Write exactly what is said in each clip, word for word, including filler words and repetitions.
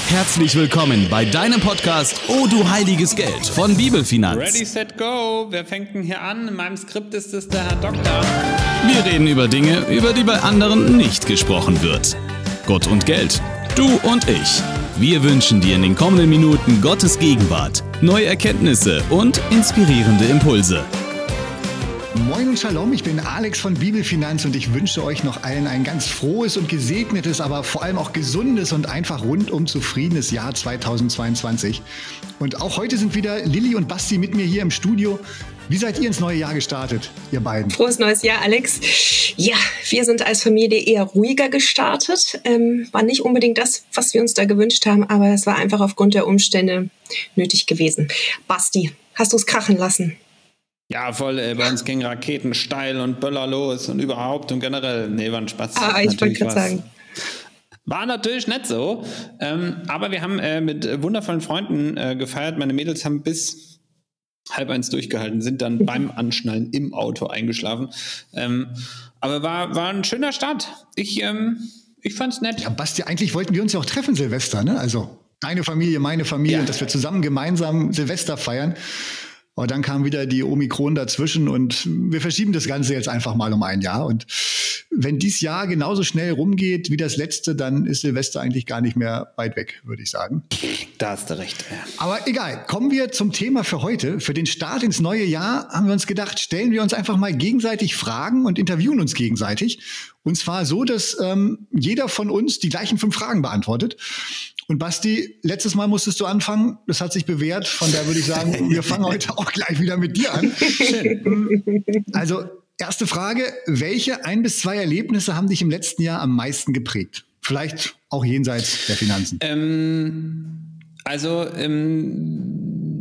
Herzlich willkommen bei deinem Podcast Oh du heiliges Geld von Bibelfinanz. Ready, set, go. Wer fängt denn hier an? In meinem Skript ist es der Herr Doktor. Wir reden über Dinge, über die bei anderen nicht gesprochen wird. Gott und Geld, du und ich. Wir wünschen dir in den kommenden Minuten Gottes Gegenwart, neue Erkenntnisse und inspirierende Impulse. Moin und Shalom, ich bin Alex von Bibelfinanz und ich wünsche euch noch allen ein ganz frohes und gesegnetes, aber vor allem auch gesundes und einfach rundum zufriedenes Jahr zweitausendzweiundzwanzig. Und auch heute sind wieder Lilly und Basti mit mir hier im Studio. Wie seid ihr ins neue Jahr gestartet, ihr beiden? Frohes neues Jahr, Alex. Ja, wir sind als Familie eher ruhiger gestartet. Ähm, war nicht unbedingt das, was wir uns da gewünscht haben, aber es war einfach aufgrund der Umstände nötig gewesen. Basti, hast du es krachen lassen? Ja, voll, ey, bei uns gingen Raketen steil und Böller los und überhaupt und generell, nee, war ein Spaß. Ah, ich wollte gerade sagen. War natürlich nicht so, ähm, aber wir haben äh, mit wundervollen Freunden äh, gefeiert. Meine Mädels haben bis halb eins durchgehalten, sind dann beim Anschnallen im Auto eingeschlafen. Ähm, aber war, war ein schöner Start. Ich, ähm, ich fand's nett. Ja, Basti, eigentlich wollten wir uns ja auch treffen, Silvester, ne? Also deine Familie, meine Familie, Ja. und dass wir zusammen gemeinsam Silvester feiern. Aber dann kam wieder die Omikron dazwischen und wir verschieben das Ganze jetzt einfach mal um ein Jahr. Und wenn dieses Jahr genauso schnell rumgeht wie das letzte, dann ist Silvester eigentlich gar nicht mehr weit weg, würde ich sagen. Da hast du recht. Ja. Aber egal, kommen wir zum Thema für heute. Für den Start ins neue Jahr haben wir uns gedacht, stellen wir uns einfach mal gegenseitig Fragen und interviewen uns gegenseitig. Und zwar so, dass ähm, jeder von uns die gleichen fünf Fragen beantwortet. Und Basti, letztes Mal musstest du anfangen, das hat sich bewährt, von daher würde ich sagen, wir fangen heute auch gleich wieder mit dir an. Also, erste Frage, welche ein bis zwei Erlebnisse haben dich im letzten Jahr am meisten geprägt? Vielleicht auch jenseits der Finanzen. Ähm, also, ähm,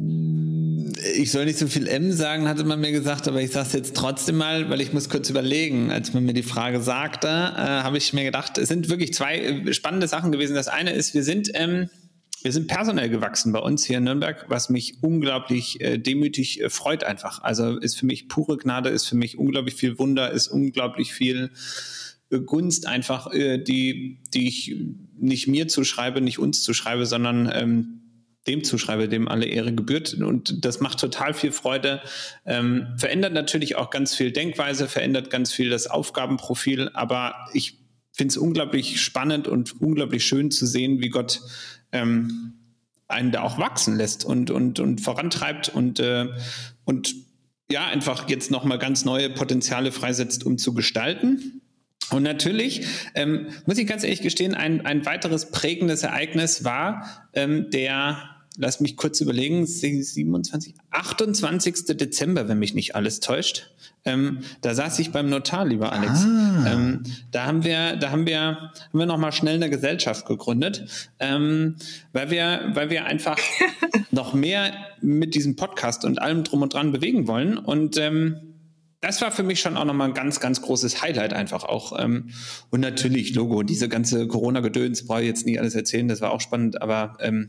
ich soll nicht so viel M sagen, hatte man mir gesagt, aber ich sage es jetzt trotzdem mal, weil ich muss kurz überlegen. Als man mir die Frage sagte, äh, habe ich mir gedacht, es sind wirklich zwei äh, spannende Sachen gewesen. Das eine ist, wir sind, ähm, wir sind personell gewachsen bei uns hier in Nürnberg, was mich unglaublich äh, demütig äh, freut einfach. Also ist für mich pure Gnade, ist für mich unglaublich viel Wunder, ist unglaublich viel äh, Gunst einfach, äh, die, die ich nicht mir zuschreibe, nicht uns zuschreibe, sondern ähm, dem zuschreibe, dem alle Ehre gebührt. Und das macht total viel Freude. Ähm, verändert natürlich auch ganz viel Denkweise, verändert ganz viel das Aufgabenprofil. Aber ich finde es unglaublich spannend und unglaublich schön zu sehen, wie Gott ähm, einen da auch wachsen lässt und, und, und vorantreibt und, äh, und ja, einfach jetzt nochmal ganz neue Potenziale freisetzt, um zu gestalten. Und natürlich, ähm, muss ich ganz ehrlich gestehen, ein, ein weiteres prägendes Ereignis war ähm, der, lass mich kurz überlegen, siebenundzwanzig, achtundzwanzigsten Dezember, wenn mich nicht alles täuscht. Ähm, da saß ich beim Notar, lieber Alex. Ah. Ähm, da haben wir, da haben wir, haben wir noch mal schnell eine Gesellschaft gegründet, ähm, weil wir, weil wir einfach noch mehr mit diesem Podcast und allem drum und dran bewegen wollen. Und ähm, das war für mich schon auch nochmal ein ganz, ganz großes Highlight einfach auch. Ähm, und natürlich, Logo, diese ganze Corona-Gedöns, brauche ich jetzt nicht alles erzählen, das war auch spannend, aber ähm,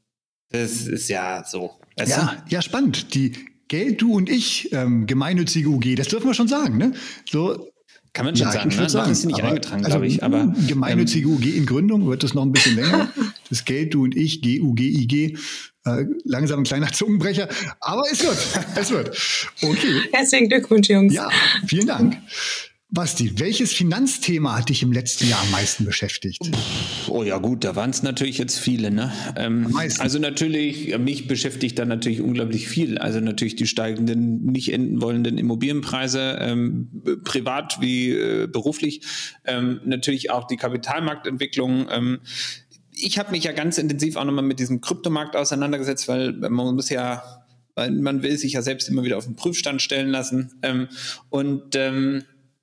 das ist ja so. Weißt Ja, ja, spannend. Die Geld, du und ich, ähm, gemeinnützige U G, das dürfen wir schon sagen, ne? So. Kann man schon Ja, sagen, ich ne? würd sagen, Noch ist sie nicht aber- eingetragen, also, glaube ich. Aber gemeinnützige U G in Gründung wird das noch ein bisschen länger. Das Geld, du und ich, G U G I G. Äh, langsam ein kleiner Zungenbrecher. Aber es wird. Es wird. Okay. Herzlichen Glückwunsch, Jungs. Ja, vielen Dank. Basti, welches Finanzthema hat dich im letzten Jahr am meisten beschäftigt? oh ja gut, da waren es natürlich jetzt viele, ne? Ähm, meisten. also natürlich, ja, mich beschäftigt da natürlich unglaublich viel. Also natürlich die steigenden, nicht enden wollenden Immobilienpreise, ähm, privat wie äh, beruflich. Ähm, natürlich auch die Kapitalmarktentwicklung. Ähm, ich habe mich ja ganz intensiv auch nochmal mit diesem Kryptomarkt auseinandergesetzt, weil man muss ja, weil man will sich ja selbst immer wieder auf den Prüfstand stellen lassen. Ähm, und ähm,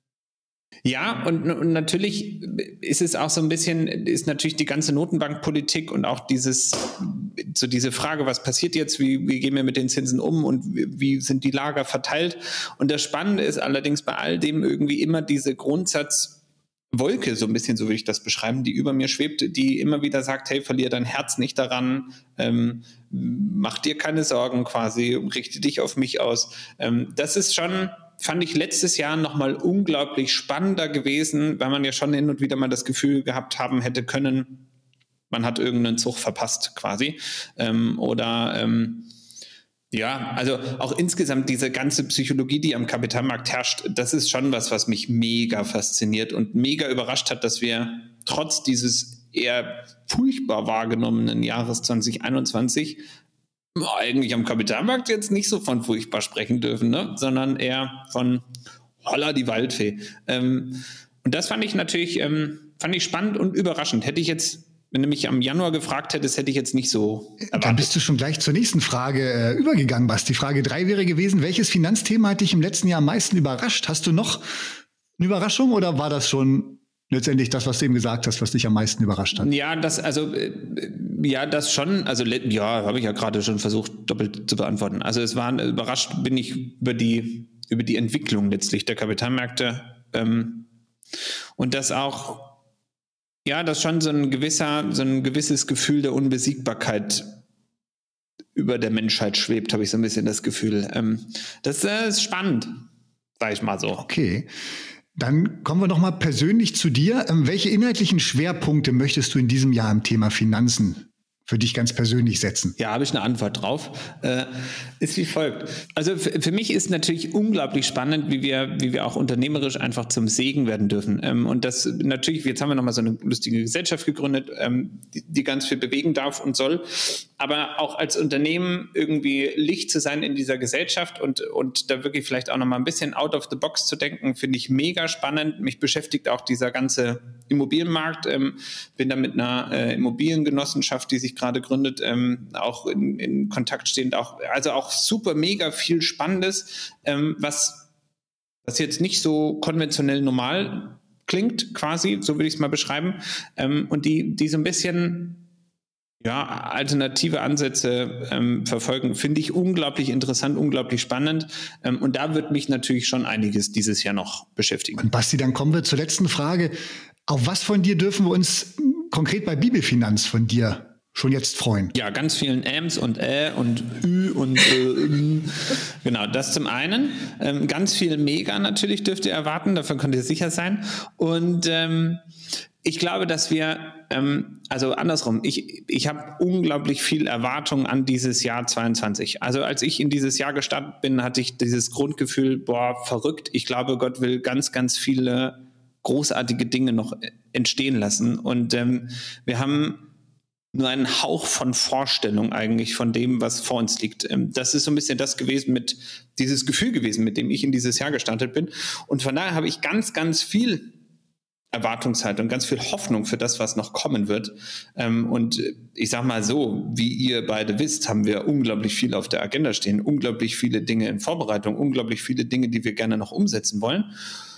Ja, und, und natürlich ist es auch so ein bisschen, ist natürlich die ganze Notenbankpolitik und auch dieses, so diese Frage, was passiert jetzt, wie, wie gehen wir mit den Zinsen um und wie, wie sind die Lager verteilt? Und das Spannende ist allerdings bei all dem irgendwie immer diese Grundsatzwolke, so ein bisschen, so würde ich das beschreiben, die über mir schwebt, die immer wieder sagt, hey, verlier dein Herz nicht daran, ähm, mach dir keine Sorgen quasi, richte dich auf mich aus. Ähm, das ist schon, fand ich letztes Jahr nochmal unglaublich spannender gewesen, weil man ja schon hin und wieder mal das Gefühl gehabt haben hätte können, man hat irgendeinen Zug verpasst quasi. Ähm, oder ähm, ja, also auch insgesamt diese ganze Psychologie, die am Kapitalmarkt herrscht, das ist schon was, was mich mega fasziniert und mega überrascht hat, dass wir trotz dieses eher furchtbar wahrgenommenen Jahres zwanzig einundzwanzig eigentlich am Kapitalmarkt jetzt nicht so von furchtbar sprechen dürfen, ne? Sondern eher von holla die Waldfee. Ähm, und das fand ich natürlich ähm, fand ich spannend und überraschend. Hätte ich jetzt, wenn du mich am Januar gefragt hättest, hätte ich jetzt nicht so erwartet. Dann bist du schon gleich zur nächsten Frage äh, übergegangen, Basti. Frage drei wäre gewesen, welches Finanzthema hat dich im letzten Jahr am meisten überrascht? Hast du noch eine Überraschung oder war das schon letztendlich das, was du eben gesagt hast, was dich am meisten überrascht hat? Ja, das, also, äh, ja, das schon, also, ja, habe ich ja gerade schon versucht, doppelt zu beantworten. Also, es war, überrascht bin ich über die, über die Entwicklung letztlich der Kapitalmärkte, ähm, und das auch, ja, dass schon so ein gewisser, so ein gewisses Gefühl der Unbesiegbarkeit über der Menschheit schwebt, habe ich so ein bisschen das Gefühl. Ähm, das äh, ist spannend, sage ich mal so. Okay. Dann kommen wir noch mal persönlich zu dir. Ähm, welche inhaltlichen Schwerpunkte möchtest du in diesem Jahr im Thema Finanzen für dich ganz persönlich setzen? Ja, habe ich eine Antwort drauf. Äh, ist wie folgt. Also für, für mich ist natürlich unglaublich spannend, wie wir, wie wir auch unternehmerisch einfach zum Segen werden dürfen. Ähm, und das natürlich, jetzt haben wir nochmal so eine lustige Gesellschaft gegründet, ähm, die, die ganz viel bewegen darf und soll. Aber auch als Unternehmen irgendwie Licht zu sein in dieser Gesellschaft und, und da wirklich vielleicht auch nochmal ein bisschen out of the box zu denken, finde ich mega spannend. Mich beschäftigt auch dieser ganze Immobilienmarkt. Ähm, bin da mit einer äh, Immobiliengenossenschaft, die sich gerade gründet, ähm, auch in, in Kontakt stehend, auch, also auch super mega viel Spannendes, ähm, was, was jetzt nicht so konventionell normal klingt, quasi, so würde ich es mal beschreiben, ähm, und die, die so ein bisschen ja, alternative Ansätze ähm, verfolgen, finde ich unglaublich interessant, unglaublich spannend, ähm, und da wird mich natürlich schon einiges dieses Jahr noch beschäftigen. Und Basti, dann kommen wir zur letzten Frage. Auf was von dir dürfen wir uns konkret bei Bibelfinanz von dir schon jetzt freuen? Ja, ganz vielen Äms und Ä und Ü und äh, genau, das zum einen. Ähm, ganz viel Mega natürlich dürft ihr erwarten, davon könnt ihr sicher sein. Und ähm, ich glaube, dass wir, ähm, also andersrum, ich, ich habe unglaublich viel Erwartung an dieses Jahr zweiundzwanzig. Also als ich in dieses Jahr gestartet bin, hatte ich dieses Grundgefühl, boah, verrückt. Ich glaube, Gott will ganz, ganz viele großartige Dinge noch entstehen lassen. Und ähm, wir haben nur einen Hauch von Vorstellung eigentlich von dem, was vor uns liegt. Das ist so ein bisschen das gewesen, mit dieses Gefühl gewesen, mit dem ich in dieses Jahr gestartet bin. Und von daher habe ich ganz, ganz viel Erwartungshaltung, ganz viel Hoffnung für das, was noch kommen wird. Und ich sage mal so, wie ihr beide wisst, haben wir unglaublich viel auf der Agenda stehen, unglaublich viele Dinge in Vorbereitung, unglaublich viele Dinge, die wir gerne noch umsetzen wollen.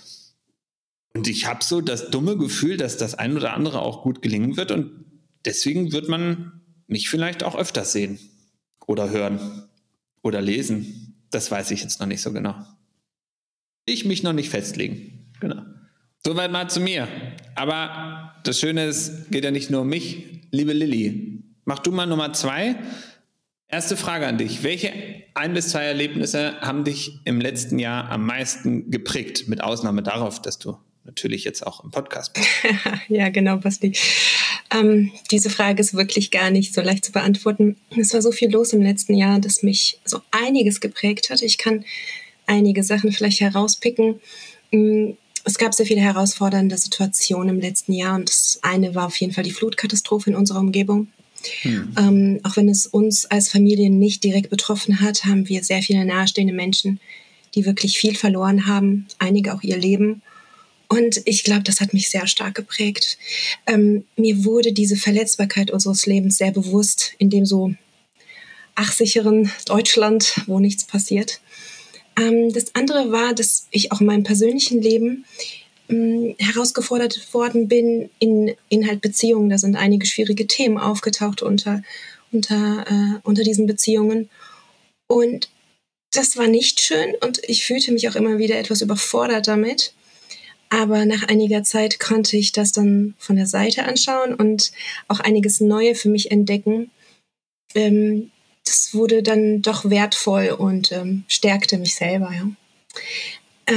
Und ich habe so das dumme Gefühl, dass das ein oder andere auch gut gelingen wird, und deswegen wird man mich vielleicht auch öfters sehen oder hören oder lesen. Das weiß ich jetzt noch nicht so genau. Ich mich noch nicht festlegen. Genau. Soweit mal zu mir. Aber das Schöne ist, geht ja nicht nur um mich. Liebe Lilly, mach du mal Nummer zwei. Erste Frage an dich. Welche ein bis zwei Erlebnisse haben dich im letzten Jahr am meisten geprägt? Mit Ausnahme darauf, dass du natürlich jetzt auch im Podcast bist. Ja, genau, Basti. Ähm, diese Frage ist wirklich gar nicht so leicht zu beantworten. Es war so viel los im letzten Jahr, dass mich so einiges geprägt hat. Ich kann einige Sachen vielleicht herauspicken. Es gab sehr viele herausfordernde Situationen im letzten Jahr, und das eine war auf jeden Fall die Flutkatastrophe in unserer Umgebung. Hm. Ähm, auch wenn es uns als Familie nicht direkt betroffen hat, haben wir sehr viele nahestehende Menschen, die wirklich viel verloren haben, einige auch ihr Leben. Und ich glaube, das hat mich sehr stark geprägt. Ähm, mir wurde diese Verletzbarkeit unseres Lebens sehr bewusst in dem so ach sicheren Deutschland, wo nichts passiert. Ähm, das andere war, dass ich auch in meinem persönlichen Leben ähm, herausgefordert worden bin in, in halt Beziehungen. Da sind einige schwierige Themen aufgetaucht unter, unter, äh, unter diesen Beziehungen. Und das war nicht schön, und ich fühlte mich auch immer wieder etwas überfordert damit. Aber nach einiger Zeit konnte ich das dann von der Seite anschauen und auch einiges Neue für mich entdecken. Ähm, das wurde dann doch wertvoll und ähm, stärkte mich selber. Ja. Ähm,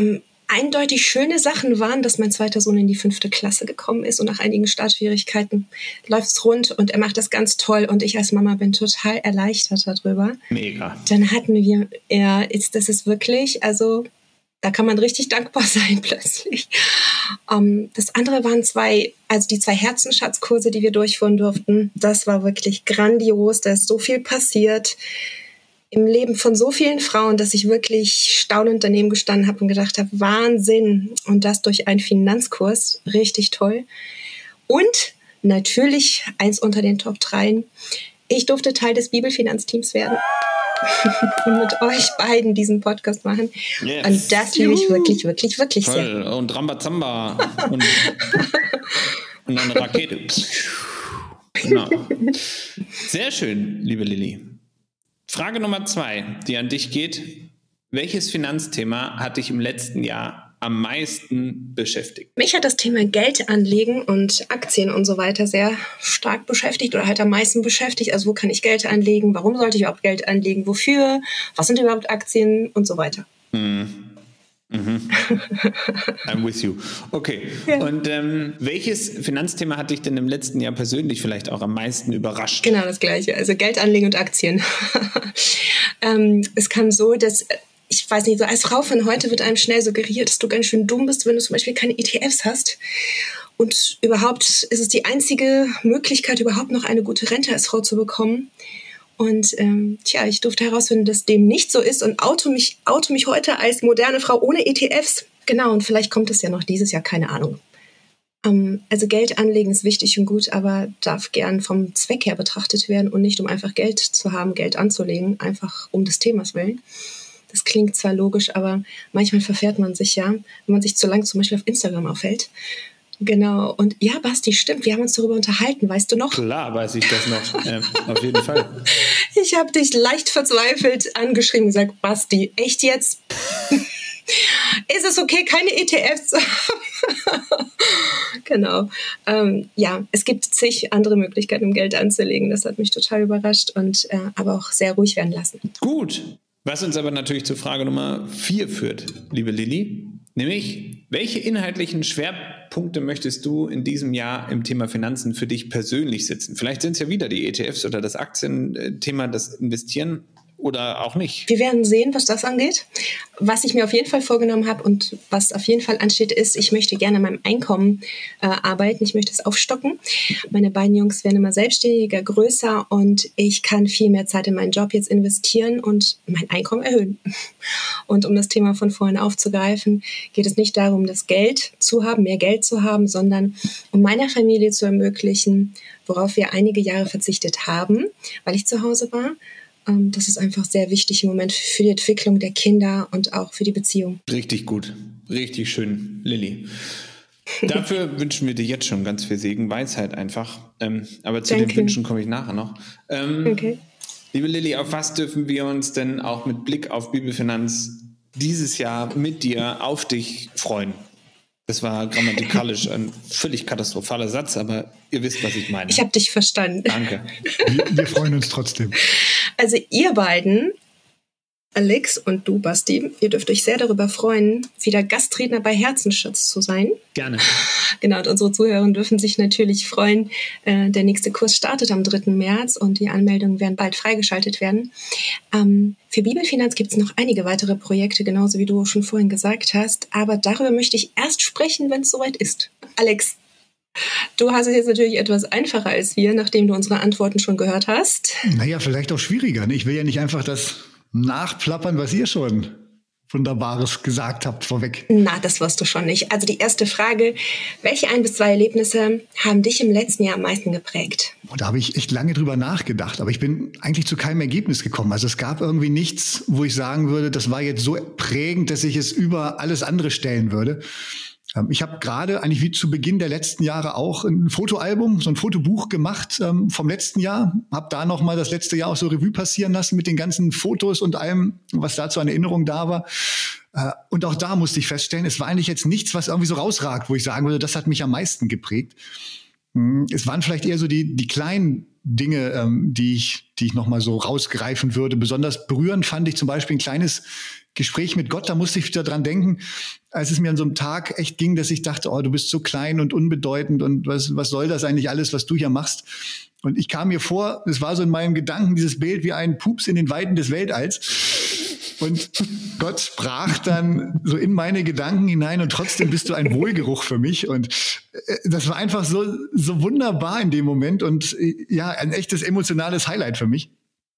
eindeutig schöne Sachen waren, dass mein zweiter Sohn in die fünfte Klasse gekommen ist und nach einigen Startschwierigkeiten läuft's rund und er macht das ganz toll und ich als Mama bin total erleichtert darüber. Mega. Dann hatten wir, ja, ist, das ist wirklich, also da kann man richtig dankbar sein plötzlich. Um, das andere waren zwei, also die zwei Herzenschatzkurse, die wir durchführen durften. Das war wirklich grandios, da ist so viel passiert im Leben von so vielen Frauen, dass ich wirklich staunend daneben gestanden habe und gedacht habe, Wahnsinn. Und das durch einen Finanzkurs, richtig toll. Und natürlich eins unter den Top dreien. Ich durfte Teil des Bibelfinanzteams werden und mit euch beiden diesen Podcast machen. Yes. Und das liebe ich wirklich, wirklich, wirklich Toll. sehr. Und Rambazamba und, und eine Rakete. Genau. Sehr schön, liebe Lilly. Frage Nummer zwei, die an dich geht. Welches Finanzthema hat dich im letzten Jahr am meisten beschäftigt? Mich hat das Thema Geld anlegen und Aktien und so weiter sehr stark beschäftigt oder halt am meisten beschäftigt. Also wo kann ich Geld anlegen? Warum sollte ich überhaupt Geld anlegen? Wofür? Was sind überhaupt Aktien und so weiter? Mhm. Mhm. I'm with you. Okay. Ja. Und ähm, welches Finanzthema hat dich denn im letzten Jahr persönlich vielleicht auch am meisten überrascht? Genau das Gleiche. Also Geld anlegen und Aktien. ähm, es kam so, dass ich weiß nicht, so als Frau von heute wird einem schnell suggeriert, dass du ganz schön dumm bist, wenn du zum Beispiel keine E T Fs hast. Und überhaupt ist es die einzige Möglichkeit, überhaupt noch eine gute Rente als Frau zu bekommen. Und ähm, tja, ich durfte herausfinden, dass dem nicht so ist und oute mich, oute mich heute als moderne Frau ohne E T Fs. Genau, und vielleicht kommt es ja noch dieses Jahr, keine Ahnung. Ähm, also Geld anlegen ist wichtig und gut, aber darf gern vom Zweck her betrachtet werden und nicht um einfach Geld zu haben, Geld anzulegen, einfach um des Themas willen. Das klingt zwar logisch, aber manchmal verfährt man sich ja, wenn man sich zu lang zum Beispiel auf Instagram aufhält. Genau. Und ja, Basti, stimmt, wir haben uns darüber unterhalten, weißt du noch? Klar, weiß ich das noch. äh, auf jeden Fall. Ich habe dich leicht verzweifelt angeschrieben und gesagt, Basti, echt jetzt? Ist es okay, keine E T Fs zu haben? Genau. Ähm, ja, es gibt zig andere Möglichkeiten, um Geld anzulegen. Das hat mich total überrascht und äh, aber auch sehr ruhig werden lassen. Gut. Was uns aber natürlich zur Frage Nummer vier führt, liebe Lilly. Nämlich, welche inhaltlichen Schwerpunkte möchtest du in diesem Jahr im Thema Finanzen für dich persönlich setzen? Vielleicht sind es ja wieder die E T Fs oder das Aktienthema, das Investieren oder auch nicht. Wir werden sehen, was das angeht. Was ich mir auf jeden Fall vorgenommen habe und was auf jeden Fall ansteht, ist, ich möchte gerne an meinem Einkommen äh, arbeiten. Ich möchte es aufstocken. Meine beiden Jungs werden immer selbstständiger, größer und ich kann viel mehr Zeit in meinen Job jetzt investieren und mein Einkommen erhöhen. Und um das Thema von vorhin aufzugreifen, geht es nicht darum, das Geld zu haben, mehr Geld zu haben, sondern um meiner Familie zu ermöglichen, worauf wir einige Jahre verzichtet haben, weil ich zu Hause war. Das ist einfach sehr wichtig im Moment für die Entwicklung der Kinder und auch für die Beziehung. Richtig gut, richtig schön, Lilly. Dafür wünschen wir dir jetzt schon ganz viel Segen, Weisheit einfach. Ähm, aber zu Danke. den Wünschen komme ich nachher noch. Ähm, okay. Liebe Lilly, auf was dürfen wir uns denn auch mit Blick auf Bibelfinanz dieses Jahr mit dir auf dich freuen? Das war grammatikalisch ein völlig katastrophaler Satz, aber ihr wisst, was ich meine. Ich habe dich verstanden. Danke. Wir, wir freuen uns trotzdem. Also ihr beiden, Alex und du, Basti, ihr dürft euch sehr darüber freuen, wieder Gastredner bei Herzensschatz zu sein. Gerne. Genau, und unsere Zuhörer dürfen sich natürlich freuen. Äh, der nächste Kurs startet am dritten März und die Anmeldungen werden bald freigeschaltet werden. Ähm, für Bibelfinanz gibt es noch einige weitere Projekte, genauso wie du schon vorhin gesagt hast. Aber darüber möchte ich erst sprechen, wenn es soweit ist. Alex, du hast es jetzt natürlich etwas einfacher als wir, nachdem du unsere Antworten schon gehört hast. Naja, vielleicht auch schwieriger. Ne? Ich will ja nicht einfach das nachplappern, was ihr schon Wunderbares gesagt habt vorweg. Na, das wirst du schon nicht. Also die erste Frage, welche ein bis zwei Erlebnisse haben dich im letzten Jahr am meisten geprägt? Und da habe ich echt lange drüber nachgedacht, aber ich bin eigentlich zu keinem Ergebnis gekommen. Also es gab irgendwie nichts, wo ich sagen würde, das war jetzt so prägend, dass ich es über alles andere stellen würde. Ich habe gerade eigentlich wie zu Beginn der letzten Jahre auch ein Fotoalbum, so ein Fotobuch gemacht ähm, vom letzten Jahr. Habe da noch mal das letzte Jahr auch so Revue passieren lassen mit den ganzen Fotos und allem, was dazu an Erinnerung da war. Äh, und auch da musste ich feststellen, es war eigentlich jetzt nichts, was irgendwie so rausragt, wo ich sagen würde, das hat mich am meisten geprägt. Es waren vielleicht eher so die, die kleinen Dinge, ähm, die ich, die ich nochmal so rausgreifen würde. Besonders berührend fand ich zum Beispiel ein kleines Gespräch mit Gott. Da musste ich wieder dran denken, als es mir an so einem Tag echt ging, dass ich dachte, oh, du bist so klein und unbedeutend und was, was soll das eigentlich alles, was du hier machst? Und ich kam mir vor, es war so in meinem Gedanken dieses Bild wie ein Pups in den Weiten des Weltalls. Und Gott sprach dann so in meine Gedanken hinein und trotzdem bist du ein Wohlgeruch für mich. Und das war einfach so, so wunderbar in dem Moment und ja, ein echtes emotionales Highlight für mich.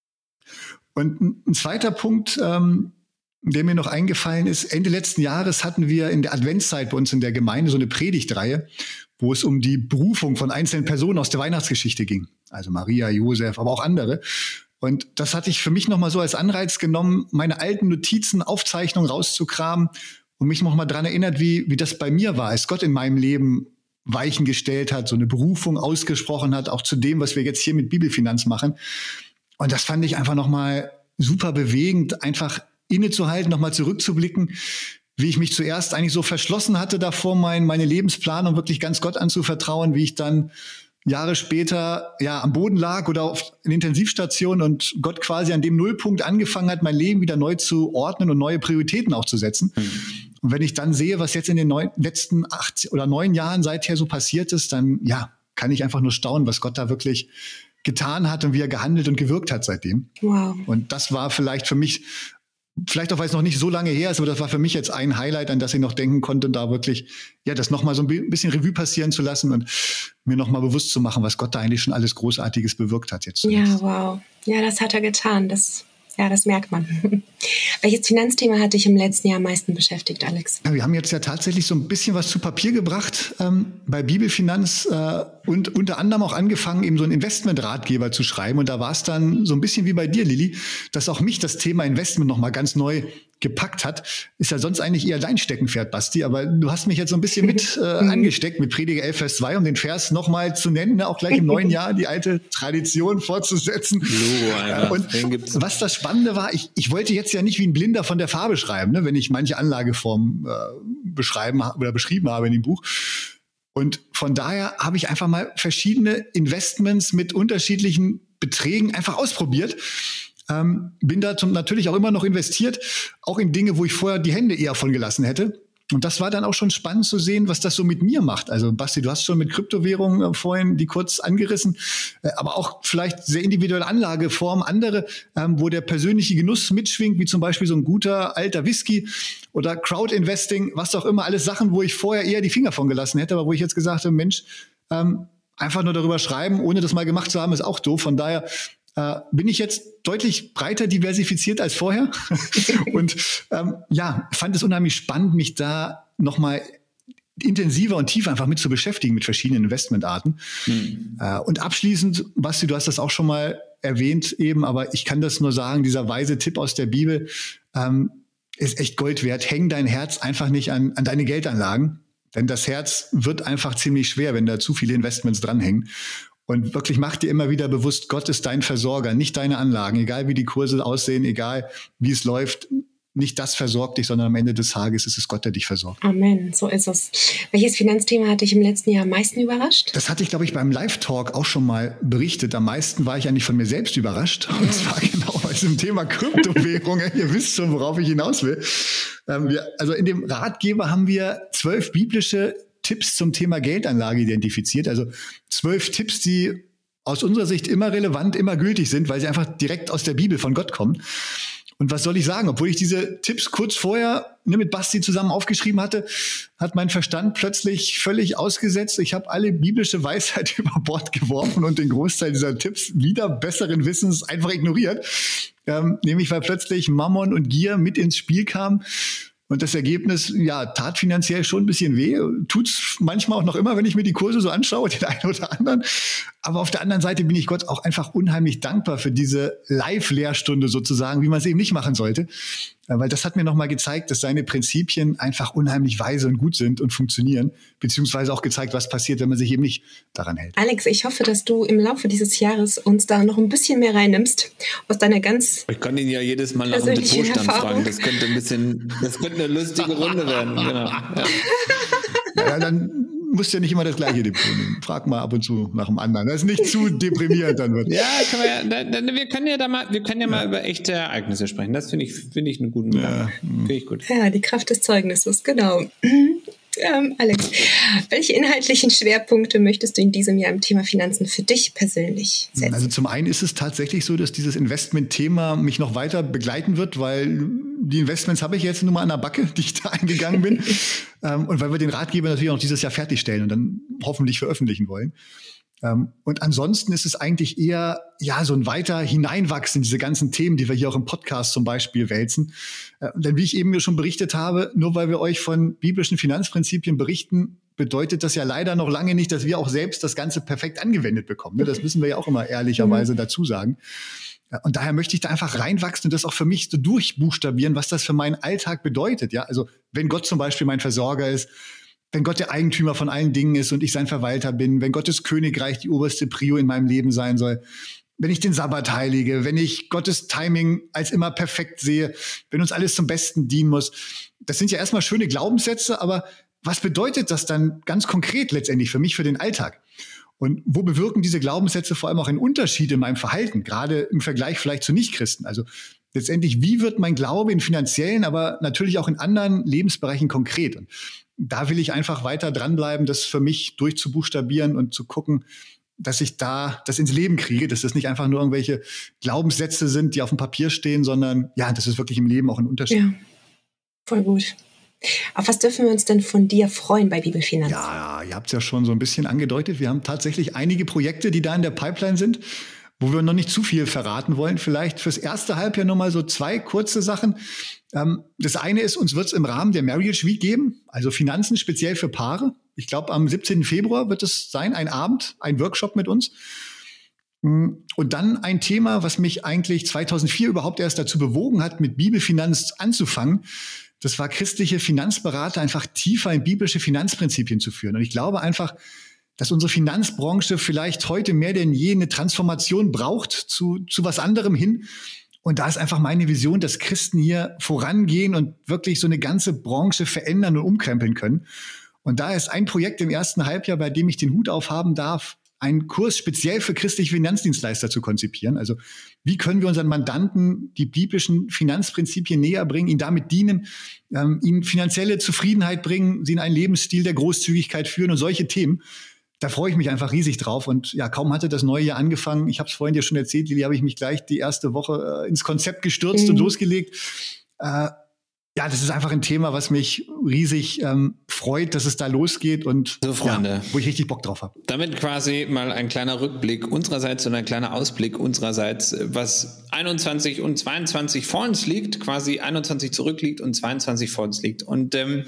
Und ein zweiter Punkt, ähm, der mir noch eingefallen ist, Ende letzten Jahres hatten wir in der Adventszeit bei uns in der Gemeinde so eine Predigtreihe, wo es um die Berufung von einzelnen Personen aus der Weihnachtsgeschichte ging. Also Maria, Josef, aber auch andere. Und das hatte ich für mich nochmal so als Anreiz genommen, meine alten Notizen, Aufzeichnungen rauszukramen und mich nochmal dran erinnert, wie, wie das bei mir war, als Gott in meinem Leben Weichen gestellt hat, so eine Berufung ausgesprochen hat, auch zu dem, was wir jetzt hier mit Bibelfinanz machen. Und das fand ich einfach nochmal super bewegend, einfach innezuhalten, nochmal zurückzublicken, wie ich mich zuerst eigentlich so verschlossen hatte davor, mein, meine Lebensplanung wirklich ganz Gott anzuvertrauen, wie ich dann Jahre später ja am Boden lag oder auf einer Intensivstation und Gott quasi an dem Nullpunkt angefangen hat, mein Leben wieder neu zu ordnen und neue Prioritäten auch zu setzen. Mhm. Und wenn ich dann sehe, was jetzt in den neun, letzten acht oder neun Jahren seither so passiert ist, dann ja, kann ich einfach nur staunen, was Gott da wirklich getan hat und wie er gehandelt und gewirkt hat seitdem. Wow. Und das war vielleicht für mich, vielleicht auch, weil es noch nicht so lange her ist, aber das war für mich jetzt ein Highlight, an das ich noch denken konnte, da wirklich, ja, das nochmal so ein bisschen Revue passieren zu lassen und mir nochmal bewusst zu machen, was Gott da eigentlich schon alles Großartiges bewirkt hat jetzt. Ja, wow. Ja, das hat er getan. Das, ja, das merkt man. Welches Finanzthema hat dich im letzten Jahr am meisten beschäftigt, Alex? Ja, wir haben jetzt ja tatsächlich so ein bisschen was zu Papier gebracht ähm, bei Bibelfinanz äh, und unter anderem auch angefangen, eben so einen Investmentratgeber zu schreiben. Und da war es dann so ein bisschen wie bei dir, Lilly, dass auch mich das Thema Investment nochmal ganz neu gepackt hat. Ist ja sonst eigentlich eher dein Steckenpferd, Basti, aber du hast mich jetzt so ein bisschen mit äh, angesteckt mit Prediger elf, Vers zwei, um den Vers nochmal zu nennen, ne? Auch gleich im neuen Jahr die alte Tradition fortzusetzen. Logo, Alter. Und was das Spannende war, ich, ich wollte jetzt ja nicht wie ein Blinder von der Farbe schreiben, ne? Wenn ich manche Anlageformen äh, beschreiben oder beschrieben habe in dem Buch. Und von daher habe ich einfach mal verschiedene Investments mit unterschiedlichen Beträgen einfach ausprobiert. Ähm, bin da zum, natürlich auch immer noch investiert, auch in Dinge, wo ich vorher die Hände eher von gelassen hätte. Und das war dann auch schon spannend zu sehen, was das so mit mir macht. Also Basti, du hast schon mit Kryptowährungen äh, vorhin die kurz angerissen, äh, aber auch vielleicht sehr individuelle Anlageformen, andere, ähm, wo der persönliche Genuss mitschwingt, wie zum Beispiel so ein guter alter Whisky oder Crowd-Investing, was auch immer, alles Sachen, wo ich vorher eher die Finger von gelassen hätte, aber wo ich jetzt gesagt habe, Mensch, ähm, einfach nur darüber schreiben, ohne das mal gemacht zu haben, ist auch doof. Von daher Äh, bin ich jetzt deutlich breiter diversifiziert als vorher und ähm, ja, fand es unheimlich spannend, mich da nochmal intensiver und tiefer einfach mit zu beschäftigen mit verschiedenen Investmentarten. Mhm. Äh, und abschließend, Basti, du hast das auch schon mal erwähnt eben, aber ich kann das nur sagen, dieser weise Tipp aus der Bibel ähm, ist echt Gold wert. Häng dein Herz einfach nicht an, an deine Geldanlagen, denn das Herz wird einfach ziemlich schwer, wenn da zu viele Investments dranhängen. Und wirklich mach dir immer wieder bewusst, Gott ist dein Versorger, nicht deine Anlagen. Egal wie die Kurse aussehen, egal wie es läuft, nicht das versorgt dich, sondern am Ende des Tages ist es Gott, der dich versorgt. Amen, so ist es. Welches Finanzthema hat dich im letzten Jahr am meisten überrascht? Das hatte ich, glaube ich, beim Live-Talk auch schon mal berichtet. Am meisten war ich eigentlich von mir selbst überrascht. Und zwar genau bei diesem Thema Kryptowährungen. Ihr wisst schon, worauf ich hinaus will. Ähm, wir, also in dem Ratgeber haben wir zwölf biblische Tipps zum Thema Geldanlage identifiziert. Also zwölf Tipps, die aus unserer Sicht immer relevant, immer gültig sind, weil sie einfach direkt aus der Bibel von Gott kommen. Und was soll ich sagen? Obwohl ich diese Tipps kurz vorher ne, mit Basti zusammen aufgeschrieben hatte, hat mein Verstand plötzlich völlig ausgesetzt. Ich habe alle biblische Weisheit über Bord geworfen und den Großteil dieser Tipps wieder besseren Wissens einfach ignoriert. Ähm, nämlich weil plötzlich Mammon und Gier mit ins Spiel kamen. Und das Ergebnis, ja, tat finanziell schon ein bisschen weh. Tut's manchmal auch noch immer, wenn ich mir die Kurse so anschaue, den einen oder anderen. Aber auf der anderen Seite bin ich Gott auch einfach unheimlich dankbar für diese Live-Lehrstunde sozusagen, wie man es eben nicht machen sollte. Weil das hat mir nochmal gezeigt, dass seine Prinzipien einfach unheimlich weise und gut sind und funktionieren. Beziehungsweise auch gezeigt, was passiert, wenn man sich eben nicht daran hält. Alex, ich hoffe, dass du im Laufe dieses Jahres uns da noch ein bisschen mehr reinnimmst aus deiner ganz Ich kann ihn ja jedes Mal nach dem Depotstand fragen. Das könnte ein bisschen, das könnte eine lustige Runde werden. Genau. Ja. Ja, dann musst ja nicht immer das gleiche Depot nehmen. Frag mal ab und zu nach dem anderen. Das ist nicht zu deprimierend dann wird. Ja, können wir, ja da, da, wir können ja da mal, wir können ja, ja. mal über echte Ereignisse sprechen. Das finde ich, finde ich einen guten ja. Finde ich gut. Ja, die Kraft des Zeugnisses, genau. Ähm, Alex, welche inhaltlichen Schwerpunkte möchtest du in diesem Jahr im Thema Finanzen für dich persönlich setzen? Also zum einen ist es tatsächlich so, dass dieses Investment-Thema mich noch weiter begleiten wird, weil die Investments habe ich jetzt nur mal an der Backe, die ich da eingegangen bin. ähm, und weil wir den Ratgeber natürlich auch noch dieses Jahr fertigstellen und dann hoffentlich veröffentlichen wollen. Ähm, und ansonsten ist es eigentlich eher ja so ein weiter Hineinwachsen in diese ganzen Themen, die wir hier auch im Podcast zum Beispiel wälzen. Äh, denn wie ich eben mir schon berichtet habe, nur weil wir euch von biblischen Finanzprinzipien berichten, bedeutet das ja leider noch lange nicht, dass wir auch selbst das Ganze perfekt angewendet bekommen. Ne? Das müssen wir ja auch immer ehrlicherweise dazu sagen. Und daher möchte ich da einfach reinwachsen und das auch für mich so durchbuchstabieren, was das für meinen Alltag bedeutet. Ja, also wenn Gott zum Beispiel mein Versorger ist, wenn Gott der Eigentümer von allen Dingen ist und ich sein Verwalter bin, wenn Gottes Königreich die oberste Prio in meinem Leben sein soll, wenn ich den Sabbat heilige, wenn ich Gottes Timing als immer perfekt sehe, wenn uns alles zum Besten dienen muss. Das sind ja erstmal schöne Glaubenssätze, aber was bedeutet das dann ganz konkret letztendlich für mich, für den Alltag? Und wo bewirken diese Glaubenssätze vor allem auch einen Unterschied in meinem Verhalten, gerade im Vergleich vielleicht zu Nichtchristen? Also letztendlich, wie wird mein Glaube in finanziellen, aber natürlich auch in anderen Lebensbereichen konkret? Und da will ich einfach weiter dranbleiben, das für mich durchzubuchstabieren und zu gucken, dass ich da das ins Leben kriege, dass das nicht einfach nur irgendwelche Glaubenssätze sind, die auf dem Papier stehen, sondern ja, das ist wirklich im Leben auch ein Unterschied. Ja, voll gut. Auf was dürfen wir uns denn von dir freuen bei Bibelfinanz? Ja, ihr habt es ja schon so ein bisschen angedeutet. Wir haben tatsächlich einige Projekte, die da in der Pipeline sind, wo wir noch nicht zu viel verraten wollen. Vielleicht fürs erste Halbjahr nur mal so zwei kurze Sachen. Ähm, das eine ist, uns wird es im Rahmen der Marriage Week geben, also Finanzen speziell für Paare. Ich glaube, am siebzehnten Februar wird es sein, ein Abend, ein Workshop mit uns. Und dann ein Thema, was mich eigentlich zweitausendvier überhaupt erst dazu bewogen hat, mit Bibelfinanz anzufangen. Das war christliche Finanzberater einfach tiefer in biblische Finanzprinzipien zu führen. Und ich glaube einfach, dass unsere Finanzbranche vielleicht heute mehr denn je eine Transformation braucht zu, zu was anderem hin. Und da ist einfach meine Vision, dass Christen hier vorangehen und wirklich so eine ganze Branche verändern und umkrempeln können. Und da ist ein Projekt im ersten Halbjahr, bei dem ich den Hut aufhaben darf, einen Kurs speziell für christliche Finanzdienstleister zu konzipieren. Also wie können wir unseren Mandanten die biblischen Finanzprinzipien näher bringen, ihnen damit dienen, ähm, ihnen finanzielle Zufriedenheit bringen, sie in einen Lebensstil der Großzügigkeit führen und solche Themen. Da freue ich mich einfach riesig drauf. Und ja, kaum hatte das neue Jahr angefangen, ich habe es vorhin dir schon erzählt, Lili, habe ich mich gleich die erste Woche äh, ins Konzept gestürzt mhm. und losgelegt. Äh, Ja, das ist einfach ein Thema, was mich riesig ähm, freut, dass es da losgeht und so, Freunde, ja, wo ich richtig Bock drauf habe. Damit quasi mal ein kleiner Rückblick unsererseits und ein kleiner Ausblick unsererseits, was einundzwanzig und zweiundzwanzig vor uns liegt, quasi einundzwanzig zurückliegt und zweiundzwanzig vor uns liegt. Und ähm,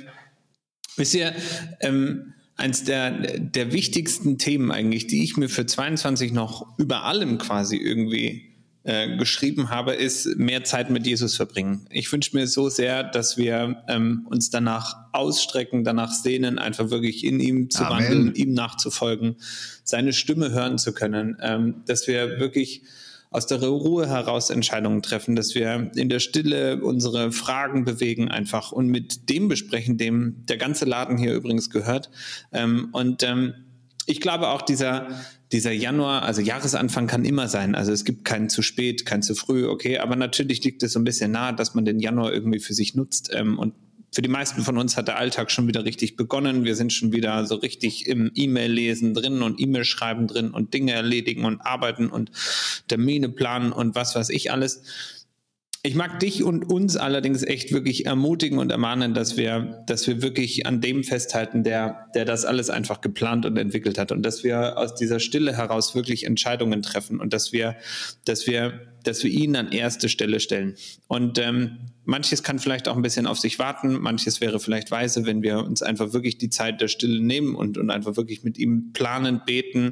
wisst ihr, ähm, eins der, der wichtigsten Themen eigentlich, die ich mir für zweiundzwanzig noch über allem quasi irgendwie Äh, geschrieben habe, ist mehr Zeit mit Jesus verbringen. Ich wünsche mir so sehr, dass wir ähm, uns danach ausstrecken, danach sehnen, einfach wirklich in ihm zu Amen. wandeln, ihm nachzufolgen, seine Stimme hören zu können, ähm, dass wir wirklich aus der Ruhe heraus Entscheidungen treffen, dass wir in der Stille unsere Fragen bewegen einfach und mit dem besprechen, dem der ganze Laden hier übrigens gehört. Ähm, und ähm, ich glaube auch dieser Dieser Januar, also Jahresanfang kann immer sein. Also es gibt keinen zu spät, kein zu früh, okay. Aber natürlich liegt es so ein bisschen nahe, dass man den Januar irgendwie für sich nutzt. Und für die meisten von uns hat der Alltag schon wieder richtig begonnen. Wir sind schon wieder so richtig im E-Mail-Lesen drin und E-Mail-Schreiben drin und Dinge erledigen und arbeiten und Termine planen und was weiß ich alles. Ich mag dich und uns allerdings echt wirklich ermutigen und ermahnen, dass wir, dass wir wirklich an dem festhalten, der, der das alles einfach geplant und entwickelt hat und dass wir aus dieser Stille heraus wirklich Entscheidungen treffen und dass wir, dass wir, dass wir ihn an erste Stelle stellen. Und ähm, manches kann vielleicht auch ein bisschen auf sich warten, manches wäre vielleicht weise, wenn wir uns einfach wirklich die Zeit der Stille nehmen und, und einfach wirklich mit ihm planen, beten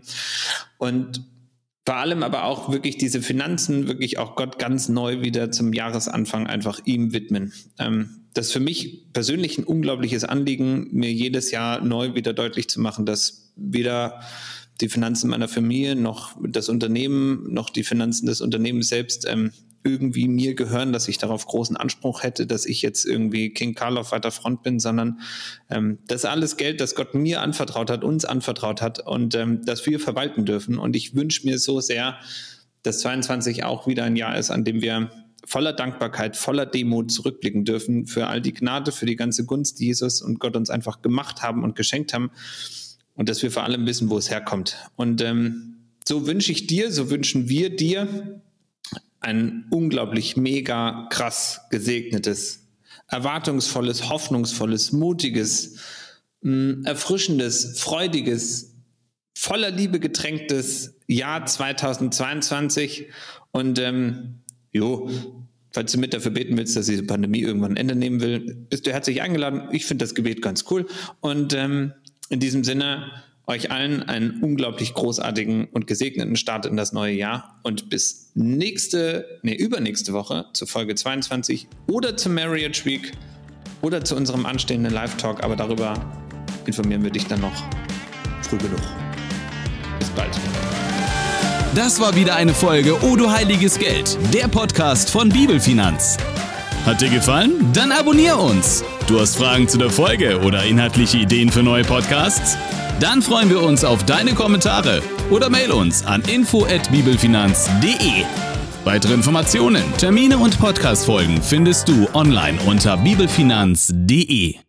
und vor allem aber auch wirklich diese Finanzen wirklich auch Gott ganz neu wieder zum Jahresanfang einfach ihm widmen. Ähm, das ist für mich persönlich ein unglaubliches Anliegen, mir jedes Jahr neu wieder deutlich zu machen, dass weder, die Finanzen meiner Familie, noch das Unternehmen, noch die Finanzen des Unternehmens selbst ähm, irgendwie mir gehören, dass ich darauf großen Anspruch hätte, dass ich jetzt irgendwie King Karl auf weiter Front bin, sondern ähm, das alles Geld, das Gott mir anvertraut hat, uns anvertraut hat und ähm, das wir verwalten dürfen. Und ich wünsche mir so sehr, dass zweiundzwanzig auch wieder ein Jahr ist, an dem wir voller Dankbarkeit, voller Demut zurückblicken dürfen für all die Gnade, für die ganze Gunst, die Jesus und Gott uns einfach gemacht haben und geschenkt haben und dass wir vor allem wissen, wo es herkommt. Und ähm, so wünsche ich dir, so wünschen wir dir ein unglaublich mega krass gesegnetes, erwartungsvolles, hoffnungsvolles, mutiges, mh, erfrischendes, freudiges, voller Liebe getränktes Jahr zweitausendzweiundzwanzig und ähm, jo, falls du mit dafür beten willst, dass diese Pandemie irgendwann ein Ende nehmen will, bist du herzlich eingeladen. Ich finde das Gebet ganz cool und ähm, in diesem Sinne euch allen einen unglaublich großartigen und gesegneten Start in das neue Jahr und bis nächste, nee, übernächste Woche zur Folge zweiundzwanzig oder zur Marriage Week oder zu unserem anstehenden Live-Talk, aber darüber informieren wir dich dann noch früh genug. Bis bald. Das war wieder eine Folge O du heiliges Geld, der Podcast von Bibelfinanz. Hat dir gefallen? Dann abonnier uns. Du hast Fragen zu der Folge oder inhaltliche Ideen für neue Podcasts? Dann freuen wir uns auf deine Kommentare oder mail uns an info at bibelfinanz punkt de. Weitere Informationen, Termine und Podcast-Folgen findest du online unter bibelfinanz punkt de.